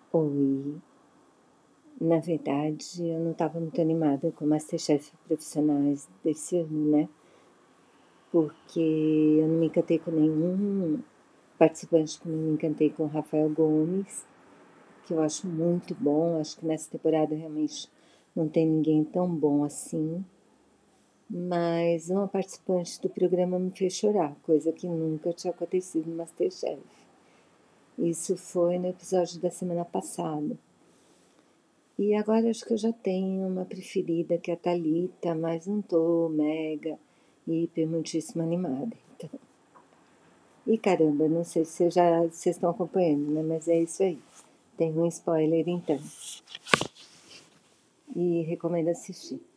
Oi, na verdade eu não estava muito animada com o MasterChef Profissionais desse ano, né? Porque eu não me encantei com nenhum participante, como eu me encantei com o Rafael Gomes, que eu acho muito bom. Acho que nessa temporada realmente não tem ninguém tão bom assim. Mas uma participante do programa me fez chorar, coisa que nunca tinha acontecido no MasterChef. Isso foi no episódio da semana passada. E agora acho que eu já tenho uma preferida, que é a Thalita, mas não tô mega, hiper, muitíssimo animada. Então. E caramba, não sei se vocês estão acompanhando, né? Mas é isso aí. Tem um spoiler então. E recomendo assistir.